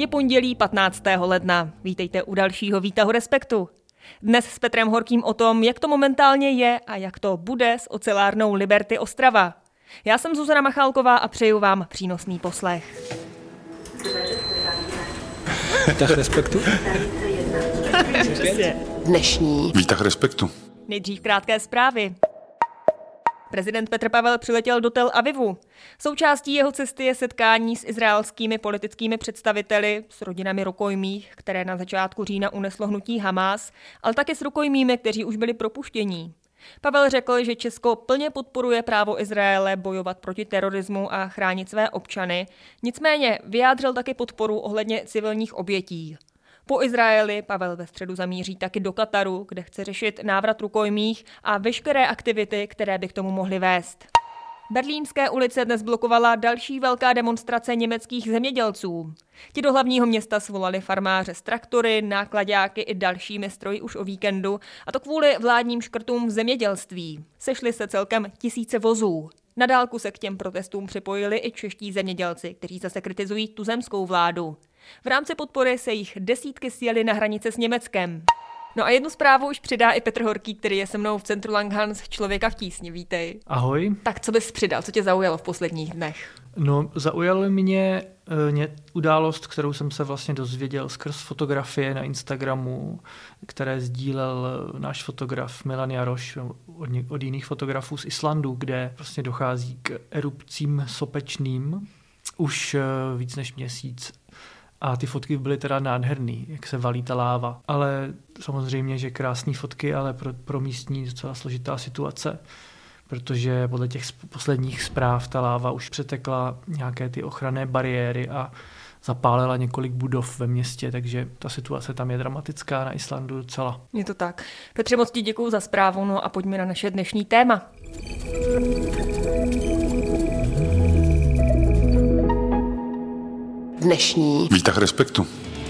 Je pondělí 15. ledna. Vítejte u dalšího výtahu Respektu. Dnes s Petrem Horkým o tom, jak to momentálně je a jak to bude s ocelárnou Liberty Ostrava. Já jsem Zuzana Machálková a přeju vám přínosný poslech. Výtah Respektu? Dnešní Výtah Respektu. Nejdřív krátké zprávy. Prezident Petr Pavel přiletěl do Tel Avivu. Součástí jeho cesty je setkání s izraelskými politickými představiteli, s rodinami rukojmích, které na začátku října uneslo hnutí Hamás, ale také s rukojmími, kteří už byli propuštění. Pavel řekl, že Česko plně podporuje právo Izraele bojovat proti terorismu a chránit své občany, nicméně vyjádřil také podporu ohledně civilních obětí. Po Izraeli Pavel ve středu zamíří taky do Kataru, kde chce řešit návrat rukojmích a veškeré aktivity, které by k tomu mohly vést. Berlínské ulice dnes blokovala další velká demonstrace německých zemědělců. Ti do hlavního města svolali farmáře s traktory, náklaďáky i dalšími stroji už o víkendu, a to kvůli vládním škrtům v zemědělství. Sešly se celkem tisíce vozů. Na dálku se k těm protestům připojili i čeští zemědělci, kteří zase kritizují tuzemskou vládu. V rámci podpory se jich desítky sjeli na hranice s Německem. No a jednu zprávu už přidá i Petr Horký, který je se mnou v centru Langhans Člověka v tísni. Vítej. Ahoj. Tak co bys přidal? Co tě zaujalo v posledních dnech? No, zaujalo mě událost, kterou jsem se vlastně dozvěděl skrz fotografie na Instagramu, které sdílel náš fotograf Milan Jaroš od jiných fotografů z Islandu, kde vlastně dochází k erupcím sopečným už víc než měsíc. A ty fotky byly teda nádherný, jak se valí ta láva. Ale samozřejmě, že krásné fotky, ale pro místní docela složitá situace. Protože podle těch posledních zpráv ta láva už přetekla nějaké ty ochranné bariéry a zapálila několik budov ve městě, takže ta situace tam je dramatická na Islandu docela. Je to tak. Petře, moc ti děkuju za zprávu, no a pojďme na naše dnešní téma. dnešní Výtah Respektu.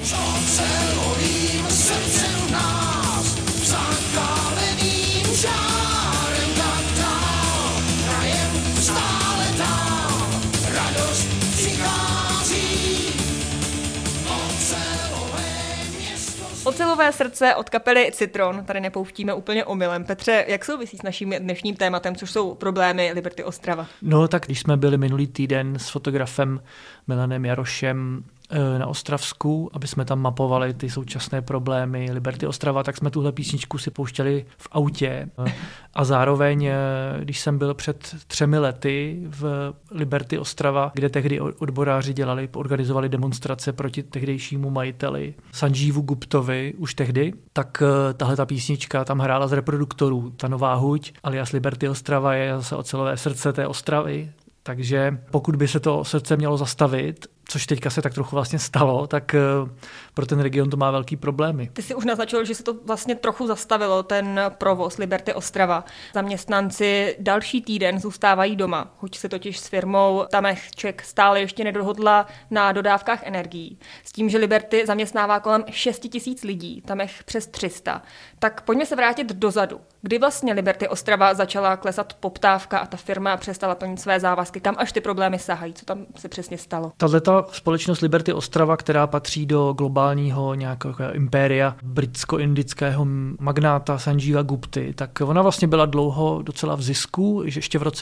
Ocelové srdce od kapely Citron tady nepouštíme úplně omylem. Petře, jak souvisí s naším dnešním tématem, což jsou problémy Liberty Ostrava? No tak když jsme byli minulý týden s fotografem Milanem Jarošem na Ostravsku, aby jsme tam mapovali ty současné problémy Liberty Ostrava, tak jsme tuhle písničku si pouštěli v autě. A zároveň, když jsem byl před 3 lety v Liberty Ostrava, kde tehdy odboráři organizovali demonstrace proti tehdejšímu majiteli Sanjeevu Guptovi už tehdy, tak tahle ta písnička tam hrála z reproduktorů. Ta nová huť alias Liberty Ostrava je zase ocelové srdce té Ostravy. Takže pokud by se to srdce mělo zastavit, což teďka se tak trochu vlastně stalo, tak pro ten region to má velký problémy. Ty jsi už naznačil, že se to vlastně trochu zastavilo, ten provoz Liberty Ostrava. Zaměstnanci další týden zůstávají doma. Huť se totiž s firmou Tamech-Czech stále ještě nedohodla na dodávkách energií. S tím, že Liberty zaměstnává kolem 6 000 lidí, Tamech přes 300. Tak pojďme se vrátit dozadu. Kdy vlastně Liberty Ostrava začala klesat poptávka a ta firma přestala plnit své závazky? Kam až ty problémy sahají? Co tam se přesně stalo? Tato společnost Liberty Ostrava, která patří do globálního nějakého impéria britsko-indického magnáta Sanjeeva Gupty, tak ona vlastně byla dlouho docela v zisku, že ještě v roce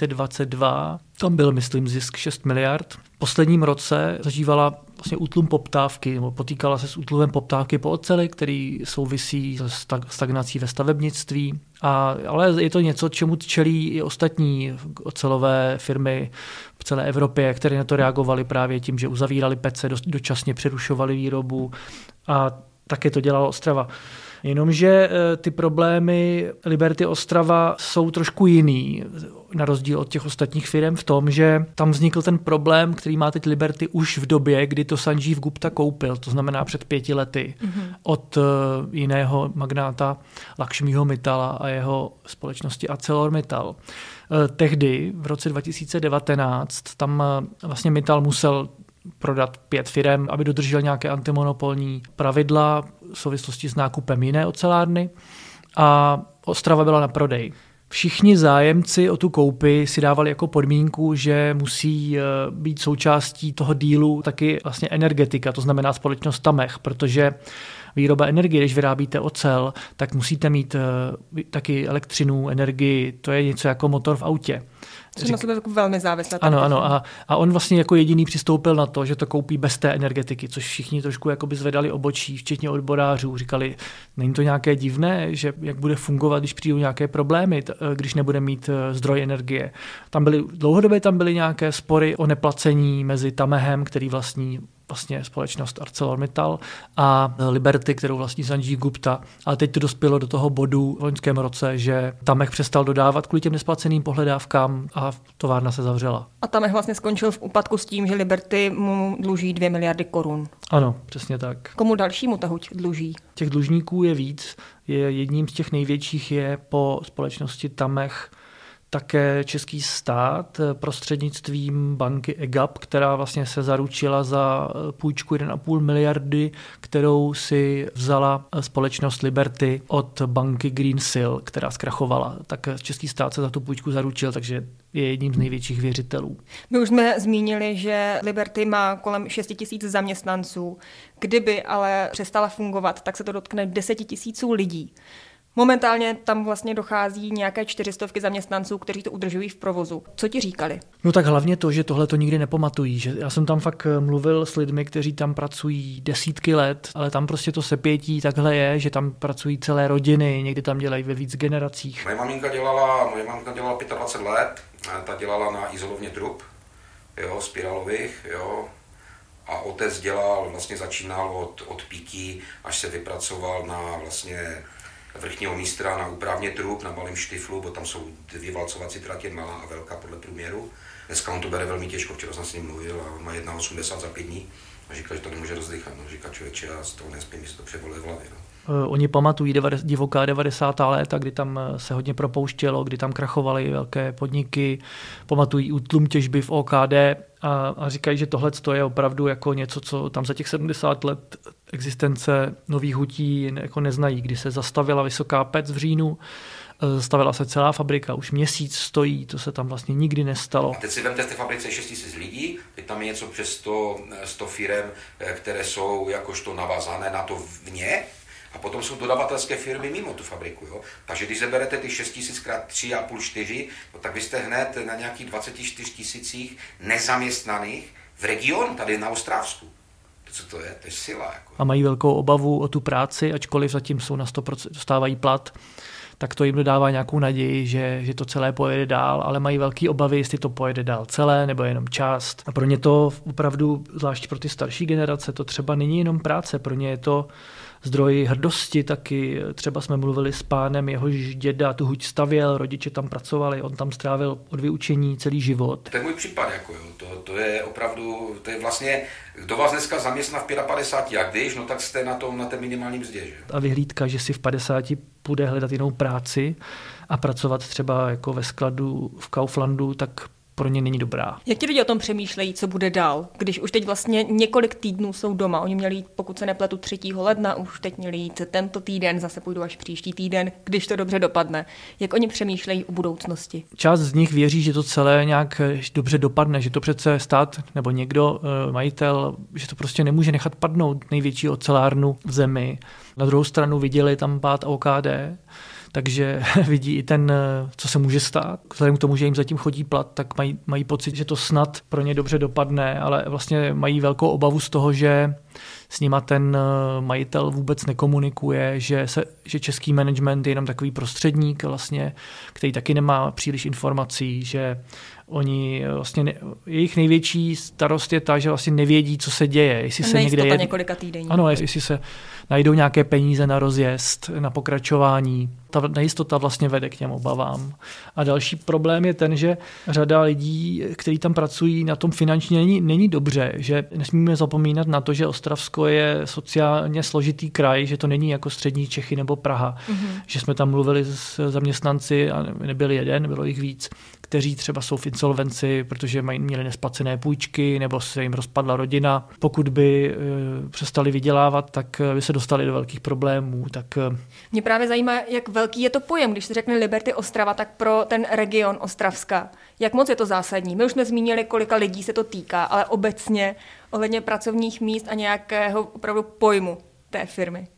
2022 tam byl, myslím, zisk 6 miliard. V posledním roce zažívala vlastně útlum poptávky, nebo potýkala se s útlumem poptávky po oceli, který souvisí se stagnací ve stavebnictví. Ale je to něco, čemu čelí i ostatní ocelové firmy v celé Evropě, které na to reagovaly právě tím, že uzavírali pece, dočasně přerušovali výrobu a také to dělala Ostrava. Jenomže ty problémy Liberty Ostrava jsou trošku jiný, na rozdíl od těch ostatních firm v tom, že tam vznikl ten problém, který má teď Liberty už v době, kdy to Sanjeev Gupta koupil, to znamená před 5 lety, od jiného magnáta Lakšmího Mittala a jeho společnosti ArcelorMittal. Tehdy, v roce 2019, tam vlastně Mittal musel prodat 5 firem, aby dodržel nějaké antimonopolní pravidla v souvislosti s nákupem jiné ocelárny a Ostrava byla na prodej. Všichni zájemci o tu koupi si dávali jako podmínku, že musí být součástí toho dílu taky vlastně energetika, to znamená společnost Tamech, protože výroba energie, když vyrábíte ocel, tak musíte mít taky elektřinu, energii, to je něco jako motor v autě. Což na sebe velmi závislé. Ano. A on vlastně jako jediný přistoupil na to, že to koupí bez té energetiky, což všichni trošku jakoby zvedali obočí, včetně odborářů. Říkali, není to nějaké divné, že jak bude fungovat, když přijdou nějaké problémy, když nebude mít zdroj energie. Dlouhodobě tam byly nějaké spory o neplacení mezi Tamehem, který vlastní vlastně společnost ArcelorMittal, a Liberty, kterou vlastní Sanjeev Gupta. Ale teď to dospělo do toho bodu v loňském roce, že Tamech přestal dodávat kvůli těm nesplaceným pohledávkám a továrna se zavřela. A Tamech vlastně skončil v úpadku s tím, že Liberty mu dluží 2 miliardy korun. Ano, přesně tak. Komu dalšímu tahuť dluží? Těch dlužníků je víc. Jedním z těch největších je po společnosti Tamech také český stát prostřednictvím banky EGAP, která vlastně se zaručila za půjčku 1,5 miliardy, kterou si vzala společnost Liberty od banky Greensill, která zkrachovala. Tak český stát se za tu půjčku zaručil, takže je jedním z největších věřitelů. My už jsme zmínili, že Liberty má kolem 6 000 zaměstnanců. Kdyby ale přestala fungovat, tak se to dotkne 10 000 lidí. Momentálně tam vlastně dochází nějaké 400 zaměstnanců, kteří to udržují v provozu. Co ti říkali? No tak hlavně to, že tohle to nikdy nepamatují. Že já jsem tam fakt mluvil s lidmi, kteří tam pracují desítky let, ale tam prostě to sepětí takhle je, že tam pracují celé rodiny, někdy tam dělají ve víc generacích. Moje mamka dělala 25 let, ta dělala na izolovně trub, spirálových, a otec začínal od píky, až se vypracoval na vlastně vrchního mistra na úpravně trub, na malém štiflu, bo tam jsou 2 valcovací tratě, malá a velká podle průměru. Dneska on to bere velmi těžko, včera jsem s ním mluvil a on má 1,80 za 5 dní a říká, že to nemůže rozdýchat. Říká, člověče, já z toho nespím, mi se to převoluje v hlavě. Oni pamatují divoká 90. léta, kdy tam se hodně propouštělo, kdy tam krachovaly velké podniky, pamatují útlum těžby v OKD a říkají, že tohle je opravdu jako něco, co tam za těch 70 let existence nových hutí jako neznají, kdy se zastavila Vysoká Pec v říjnu, zastavila se celá fabrika, už měsíc stojí, to se tam vlastně nikdy nestalo. A teď si vemte, v té fabrice 6 000 lidí, teď tam je něco přes 100 firem, které jsou jakožto navázané na to vně, a potom jsou dodavatelské firmy mimo tu fabriku. Takže když zaberete ty 6 000 krát 3,5, 4, tak vy jste hned na nějakých 24 000 nezaměstnaných v regionu, tady na Ostravsku. Co to je? To je síla. Jako. A mají velkou obavu o tu práci, ačkoliv zatím jsou na 100%, dostávají plat, tak to jim dodává nějakou naději, že to celé pojede dál, ale mají velké obavy, jestli to pojede dál celé nebo jenom část. A pro ně to opravdu, zvlášť pro ty starší generace, to třeba není jenom práce, pro ně je to zdroj hrdosti taky. Třeba jsme mluvili s pánem, jehož děda tu huť stavěl, rodiče tam pracovali, on tam strávil od vyučení celý život. To je můj případ, to je opravdu, to je vlastně, kdo vás dneska zaměstná v 55, a když, tak jste na té minimální mzdě. Že? A vyhlídka, že si v 50 půjde hledat jinou práci a pracovat třeba jako ve skladu v Kauflandu, tak pro ně není dobrá. Jak ti lidi o tom přemýšlejí, co bude dál? Když už teď vlastně několik týdnů jsou doma, oni měli jít, pokud se nepletu, 3. ledna, už teď měli jít tento týden, zase půjdu až příští týden, když to dobře dopadne. Jak oni přemýšlejí o budoucnosti? Část z nich věří, že to celé nějak dobře dopadne, že to přece stát nebo někdo, majitel, že to prostě nemůže nechat padnout největší ocelárnu v zemi. Na druhou stranu viděli tam pád OKD, takže vidí i co se může stát. Vzhledem k tomu, že jim zatím chodí plat, tak mají pocit, že to snad pro ně dobře dopadne, ale vlastně mají velkou obavu z toho, že s nima ten majitel vůbec nekomunikuje, že český management je jenom takový prostředník, vlastně, který taky nemá příliš informací, že oni vlastně jejich největší starost je ta, že vlastně nevědí, co se děje. Jestli se někde několika týdenů. Ano, jestli se najdou nějaké peníze na rozjezd, na pokračování. Ta nejistota vlastně vede k těm obavám. A další problém je ten, že řada lidí, kteří tam pracují, na tom finančně není dobře, že nesmíme zapomínat na to, že Ostravsko je sociálně složitý kraj, že to není jako střední Čechy nebo Praha. Mm-hmm. Že jsme tam mluvili s zaměstnanci, a nebyl jeden, bylo jich víc, kteří třeba jsou v insolvenci, protože měli nesplacené půjčky nebo se jim rozpadla rodina. Pokud by přestali vydělávat, tak by se dostali do velkých problémů. Mě právě zajímá, jak velký je to pojem, když se řekne Liberty Ostrava, tak pro ten region Ostravska. Jak moc je to zásadní? My už jsme zmínili, kolika lidí se to týká, ale obecně ohledně pracovních míst a nějakého opravdu pojmu té firmy.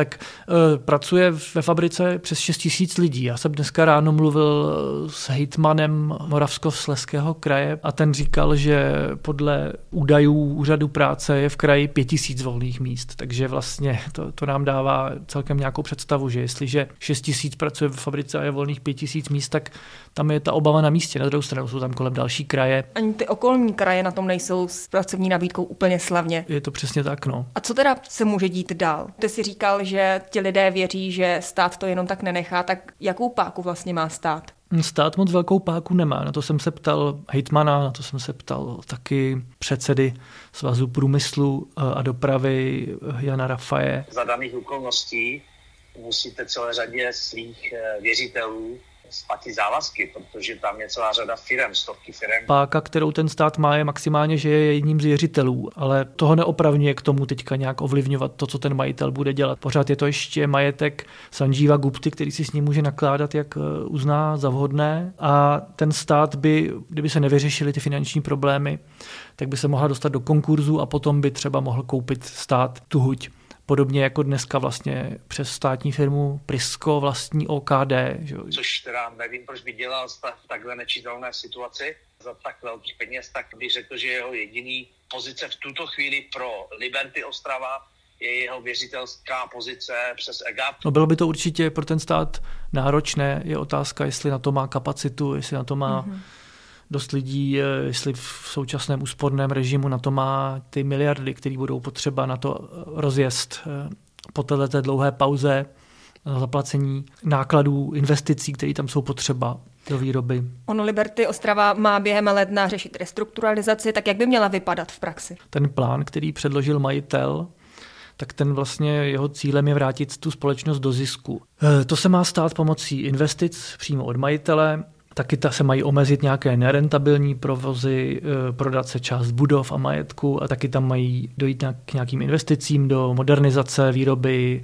Pracuje ve fabrice přes 6 000 lidí. Já jsem dneska ráno mluvil s hejtmanem Moravskoslezského kraje a ten říkal, že podle údajů úřadu práce je v kraji 5 000 volných míst. Takže vlastně to nám dává celkem nějakou představu, že jestliže 6 000 pracuje ve fabrice a je volných 5 000 míst, tak tam je ta obava na místě. Na druhou stranu jsou tam kolem další kraje. Ani ty okolní kraje na tom nejsou s pracovní nabídkou úplně slavně. Je to přesně tak, no. A co teda se může dít dál? Ty si říkal, že ti lidé věří, že stát to jenom tak nenechá, tak jakou páku vlastně má stát? Stát moc velkou páku nemá. Na to jsem se ptal hejtmana, na to jsem se ptal taky předsedy Svazu průmyslu a dopravy Jana Rafaje. Za daných okolností musíte celé řadě svých věřitelů splatit závazky, protože tam je celá řada firem, stovky firem. Páka, kterou ten stát má, je maximálně, že je jedním z věřitelů, ale toho neopravňuje k tomu teďka nějak ovlivňovat to, co ten majitel bude dělat. Pořád je to ještě majetek Sanjeeva Gupty, který si s ním může nakládat, jak uzná za vhodné, a ten stát by, kdyby se nevyřešily ty finanční problémy, tak by se mohla dostat do konkurzu a potom by třeba mohl koupit stát tu huť. Podobně jako dneska vlastně přes státní firmu Prisco vlastní OKD. Což teda nevím, proč by dělal v takhle nečitelné situaci za tak velký peněz, tak bych řekl, že jeho jediný pozice v tuto chvíli pro Liberty Ostrava je jeho věřitelská pozice přes EGAP. No bylo by to určitě pro ten stát náročné. Je otázka, jestli na to má kapacitu, jestli na to má dost lidí, jestli v současném úsporném režimu na to má ty miliardy, které budou potřeba na to rozjezd po této dlouhé pauze na zaplacení nákladů, investicí, které tam jsou potřeba do výroby. Ono Liberty Ostrava má během ledna řešit restrukturalizaci, tak jak by měla vypadat v praxi? Ten plán, který předložil majitel, tak ten vlastně jeho cílem je vrátit tu společnost do zisku. To se má stát pomocí investic přímo od majitele. Taky se mají omezit nějaké nerentabilní provozy, prodat se část budov a majetku a taky tam mají dojít k nějakým investicím do modernizace výroby,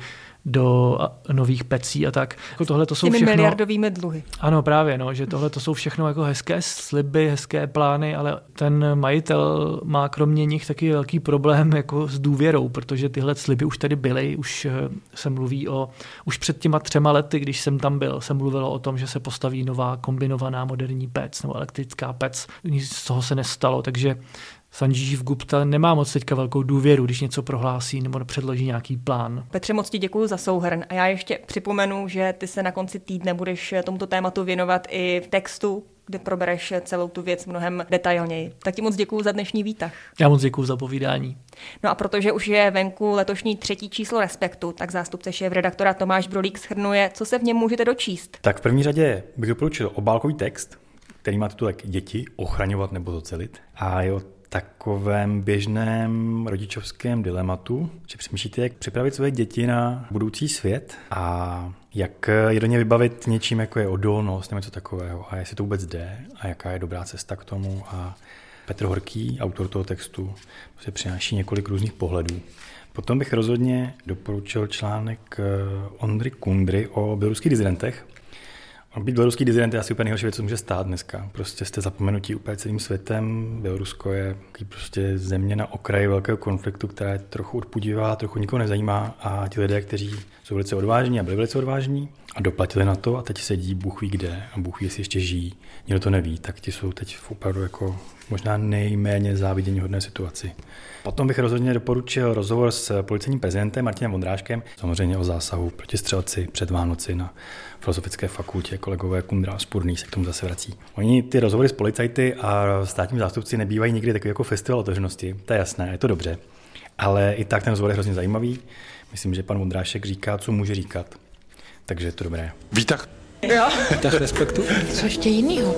do nových pecí a tak. Tohle to jsou těmi všechno miliardovými dluhy. Ano, právě, že tohle to jsou všechno jako hezké sliby, hezké plány, ale ten majitel má kromě nich taky velký problém jako s důvěrou, protože tyhle sliby už tady byly, už se mluví už před těma 3 lety, když jsem tam byl, se mluvilo o tom, že se postaví nová kombinovaná moderní pec nebo elektrická pec. Nic z toho se nestalo, takže Sanjeev Gupta nemá moc teďka velkou důvěru, když něco prohlásí nebo předloží nějaký plán. Petře, moc ti děkuju za souhrn a já ještě připomenu, že ty se na konci týdne budeš tomuto tématu věnovat i v textu, kde probereš celou tu věc mnohem detailněji. Tak ti moc děkuju za dnešní výtah. Já moc děkuju za povídání. No a protože už je venku letošní 3. číslo Respektu, tak zástupce šéfredaktora Tomáš Brolík shrnuje, co se v něm můžete dočíst. Tak v první řadě bych doporučil obálkový text, který má titulek Děti ochraňovat nebo zocelit. A je o takovém běžném rodičovském dilematu, že přemýšlíte, jak připravit své děti na budoucí svět a jak je do ně vybavit něčím, jako je odolnost nebo něco takového a jestli to vůbec jde a jaká je dobrá cesta k tomu. A Petr Horký, autor toho textu, se přináší několik různých pohledů. Potom bych rozhodně doporučil článek Ondry Kundry o běloruských disidentech. Být běloruský dizident je asi úplně nejhorší věc, co může stát dneska. Prostě jste zapomenutí úplně celým světem. Bělorusko je prostě země na okraji velkého konfliktu, která je trochu odpudivá, trochu nikoho nezajímá a ti lidé, kteří jsou velice odvážní a byli velice odvážní a doplatili na to a teď sedí Bůh ví kde a Bůh ví, jestli ještě žijí. Nikdo to neví, tak ti jsou teď v opravdu jako možná nejméně záviděníhodné situaci. Potom bych rozhodně doporučil rozhovor s policejním prezidentem Martinem Vondráškem, samozřejmě o zásahu proti střelci před Vánoci na Filozofické fakultě. Kolegové Kundra a Spurný se k tomu zase vrací. Oni ty rozhovory s policajty a státními zástupci nebývají nikdy takový jako festival otevřenosti, to je jasné, je to dobře. Ale i tak ten rozhovor je hrozně zajímavý. Myslím, že pan Vondrášek říká, co může říkat. Takže je to dobré. Výtah. Jo. Výtah Respektu. Co ještě jinýho?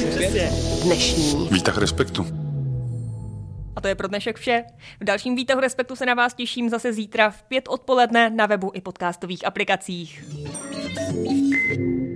Dnešní Výtah Respektu. A to je pro dnešek vše. V dalším výtahu Respektu se na vás těším zase zítra v 5 odpoledne na webu i podcastových aplikacích.